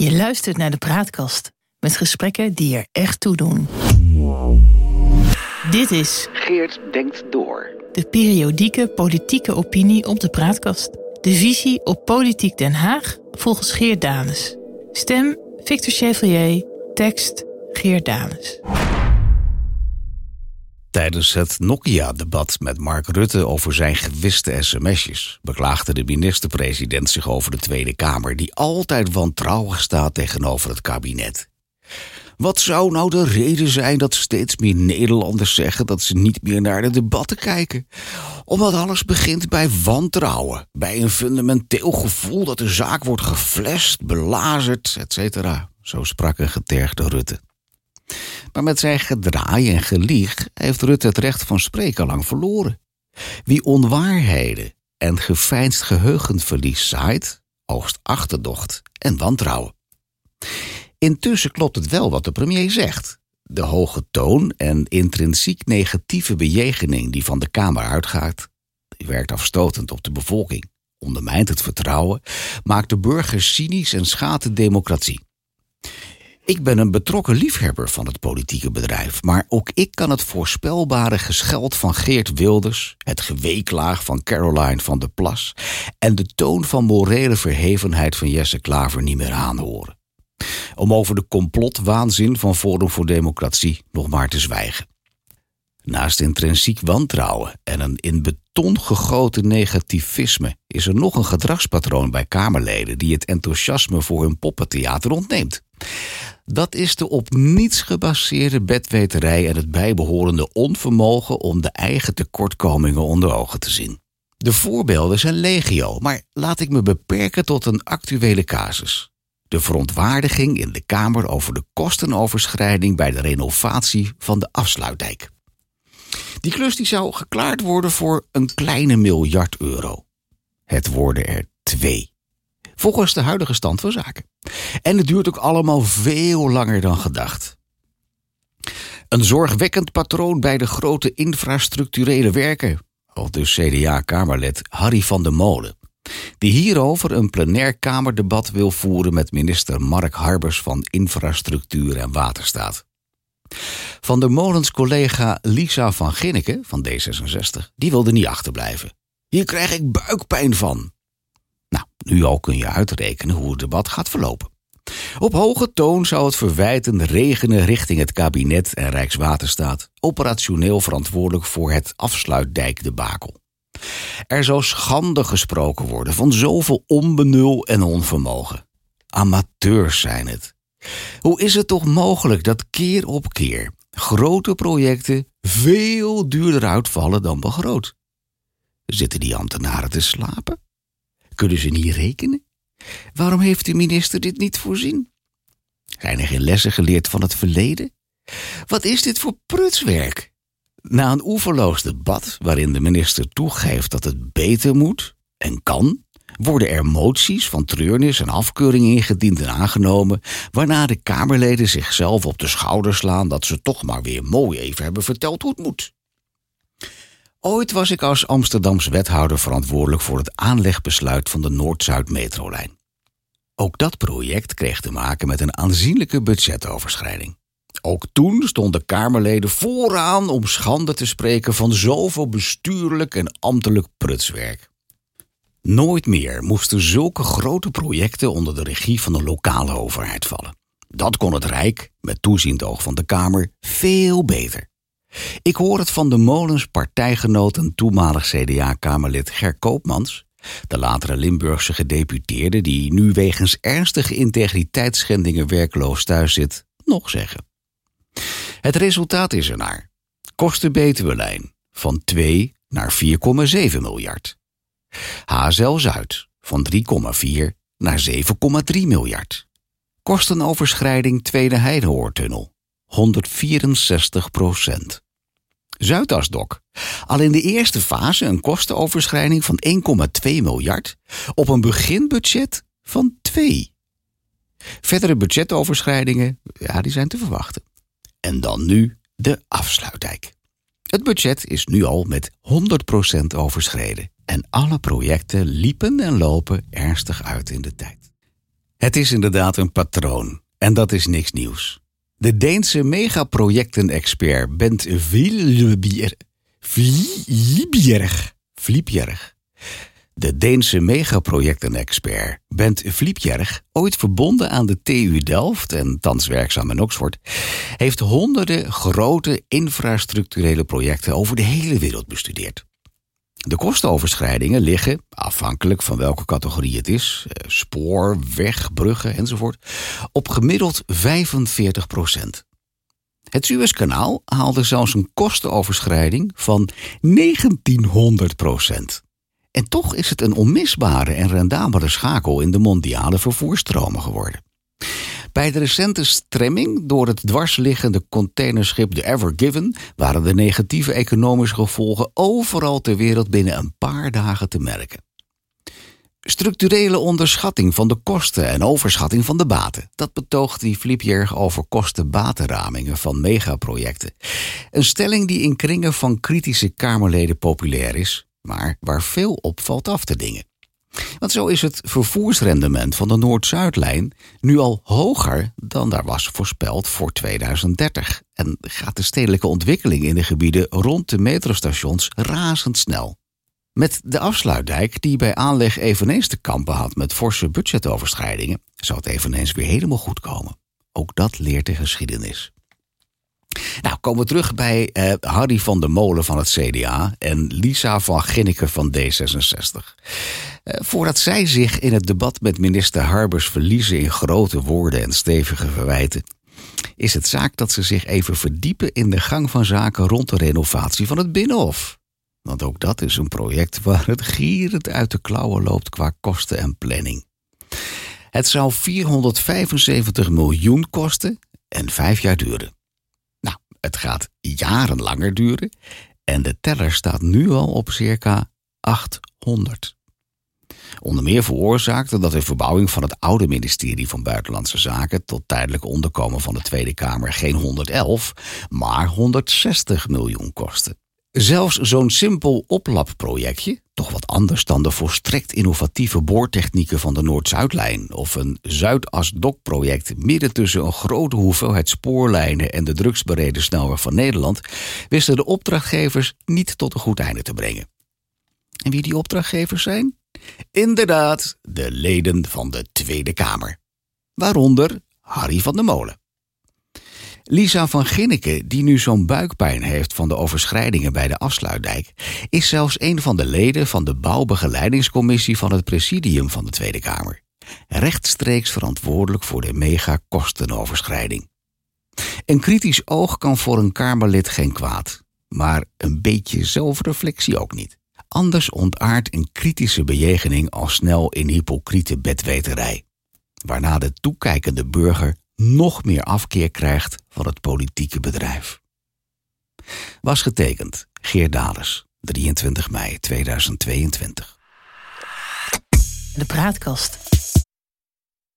Je luistert naar de Praatkast met gesprekken die er echt toe doen. Dit is Geert denkt door. De periodieke politieke opinie op de Praatkast. De visie op Politiek Den Haag volgens Geert Danisz. Stem Victor Chevalier, tekst Geert Danisz. Tijdens het Nokia-debat met Mark Rutte over zijn gewiste sms'jes beklaagde de minister-president zich over de Tweede Kamer, die altijd wantrouwig staat tegenover het kabinet. Wat zou nou de reden zijn dat steeds meer Nederlanders zeggen dat ze niet meer naar de debatten kijken? Omdat alles begint bij wantrouwen, bij een fundamenteel gevoel dat de zaak wordt geflasht, belazerd, etc. Zo sprak een getergde Rutte. Maar met zijn gedraai en gelieg heeft Rutte het recht van spreken al lang verloren. Wie onwaarheden en geveinsd geheugenverlies zaait, oogst achterdocht en wantrouwen. Intussen klopt het wel wat de premier zegt. De hoge toon en intrinsiek negatieve bejegening die van de Kamer uitgaat, die werkt afstotend op de bevolking, ondermijnt het vertrouwen, maakt de burger cynisch en schaadt de democratie. Ik ben een betrokken liefhebber van het politieke bedrijf, maar ook ik kan het voorspelbare gescheld van Geert Wilders, het geweeklaag van Caroline van der Plas en de toon van morele verhevenheid van Jesse Klaver niet meer aanhoren. Om over de complotwaanzin van Forum voor Democratie nog maar te zwijgen. Naast intrinsiek wantrouwen en een in beton gegoten negativisme is er nog een gedragspatroon bij Kamerleden die het enthousiasme voor hun poppentheater ontneemt. Dat is de op niets gebaseerde bedweterij en het bijbehorende onvermogen om de eigen tekortkomingen onder ogen te zien. De voorbeelden zijn legio, maar laat ik me beperken tot een actuele casus. De verontwaardiging in de Kamer over de kostenoverschrijding bij de renovatie van de afsluitdijk. Die klus die zou geklaard worden voor een kleine €1 miljard. Het worden er 2. Volgens de huidige stand van zaken. En het duurt ook allemaal veel langer dan gedacht. Een zorgwekkend patroon bij de grote infrastructurele werken, aldus CDA-Kamerlid Harry van der Molen, die hierover een plenair Kamerdebat wil voeren met minister Mark Harbers van Infrastructuur en Waterstaat. Van der Molens collega Lisa van Ginneken van D66, die wilde niet achterblijven. Hier krijg ik buikpijn van. Nou, nu al kun je uitrekenen hoe het debat gaat verlopen. Op hoge toon zou het verwijten regenen richting het kabinet en Rijkswaterstaat, operationeel verantwoordelijk voor het afsluitdijkdebakel. Er zou schande gesproken worden van zoveel onbenul en onvermogen. Amateurs zijn het. Hoe is het toch mogelijk dat keer op keer grote projecten veel duurder uitvallen dan begroot? Zitten die ambtenaren te slapen? Kunnen ze niet rekenen? Waarom heeft de minister dit niet voorzien? Zijn er geen lessen geleerd van het verleden? Wat is dit voor prutswerk? Na een oeverloos debat waarin de minister toegeeft dat het beter moet en kan, worden er moties van treurnis en afkeuring ingediend en aangenomen, waarna de Kamerleden zichzelf op de schouder slaan dat ze toch maar weer mooi even hebben verteld hoe het moet. Ooit was ik als Amsterdams wethouder verantwoordelijk voor het aanlegbesluit van de Noord-Zuid-metrolijn. Ook dat project kreeg te maken met een aanzienlijke budgetoverschrijding. Ook toen stonden Kamerleden vooraan om schande te spreken van zoveel bestuurlijk en ambtelijk prutswerk. Nooit meer moesten zulke grote projecten onder de regie van de lokale overheid vallen. Dat kon het Rijk, met toeziend oog van de Kamer, veel beter. Ik hoor het van de Molens partijgenoot en toenmalig CDA-Kamerlid Ger Koopmans, de latere Limburgse gedeputeerde die nu wegens ernstige integriteitsschendingen werkloos thuis zit, nog zeggen. Het resultaat is ernaar. Kosten-Betuwe-lijn van 2 naar 4,7 miljard. HSL Zuid van 3,4 naar 7,3 miljard. Kostenoverschrijding Tweede Heidehoortunnel 164%. Zuidasdok. Al in de eerste fase een kostenoverschrijding van 1,2 miljard op een beginbudget van 2. Verdere budgetoverschrijdingen, die zijn te verwachten. En dan nu de afsluitdijk. Het budget is nu al met 100% overschreden. En alle projecten liepen en lopen ernstig uit in de tijd. Het is inderdaad een patroon. En dat is niks nieuws. De Deense megaprojecten-expert Bent Vliebjerg. De Deense megaprojecten-expert Bent Vliebjerg, ooit verbonden aan de TU Delft en thans werkzaam in Oxford, heeft honderden grote infrastructurele projecten over de hele wereld bestudeerd. De kostenoverschrijdingen liggen, afhankelijk van welke categorie het is, spoor, weg, bruggen enzovoort, op gemiddeld 45%. Het Suezkanaal haalde zelfs een kostenoverschrijding van 1900%. En toch is het een onmisbare en rendabele schakel in de mondiale vervoersstromen geworden. Bij de recente stremming door het dwarsliggende containerschip de Ever Given waren de negatieve economische gevolgen overal ter wereld binnen een paar dagen te merken. Structurele onderschatting van de kosten en overschatting van de baten. Dat betoogt die Vliebjerg over kosten-batenramingen van megaprojecten. Een stelling die in kringen van kritische Kamerleden populair is, maar waar veel op valt af te dingen. Want zo is het vervoersrendement van de Noord-Zuidlijn nu al hoger dan daar was voorspeld voor 2030. En gaat de stedelijke ontwikkeling in de gebieden rond de metrostations razendsnel. Met de afsluitdijk, die bij aanleg eveneens te kampen had met forse budgetoverschrijdingen, zou het eveneens weer helemaal goed komen. Ook dat leert de geschiedenis. Nou, komen we terug bij Harry van der Molen van het CDA en Lisa van Ginneken van D66. Voordat zij zich in het debat met minister Harbers verliezen in grote woorden en stevige verwijten, is het zaak dat ze zich even verdiepen in de gang van zaken rond de renovatie van het Binnenhof. Want ook dat is een project waar het gierend uit de klauwen loopt qua kosten en planning. Het zou 475 miljoen kosten en 5 jaar duren. Nou, het gaat jaren langer duren en de teller staat nu al op circa 800. Onder meer veroorzaakte dat de verbouwing van het oude ministerie van Buitenlandse Zaken tot tijdelijk onderkomen van de Tweede Kamer geen 111, maar 160 miljoen kostte. Zelfs zo'n simpel oplapprojectje, toch wat anders dan de volstrekt innovatieve boortechnieken van de Noord-Zuidlijn of een Zuidas-Dok-project midden tussen een grote hoeveelheid spoorlijnen en de drugsbereden snelweg van Nederland, wisten de opdrachtgevers niet tot een goed einde te brengen. En wie die opdrachtgevers zijn? Inderdaad, de leden van de Tweede Kamer. Waaronder Harry van der Molen. Lisa van Ginneken, die nu zo'n buikpijn heeft van de overschrijdingen bij de afsluitdijk, is zelfs een van de leden van de bouwbegeleidingscommissie van het presidium van de Tweede Kamer. Rechtstreeks verantwoordelijk voor de megakostenoverschrijding. Een kritisch oog kan voor een Kamerlid geen kwaad, maar een beetje zelfreflectie ook niet. Anders ontaardt een kritische bejegening al snel in hypocriete bedweterij, waarna de toekijkende burger nog meer afkeer krijgt van het politieke bedrijf. Was getekend Geert Dales, 23 mei 2022. De Praatkast.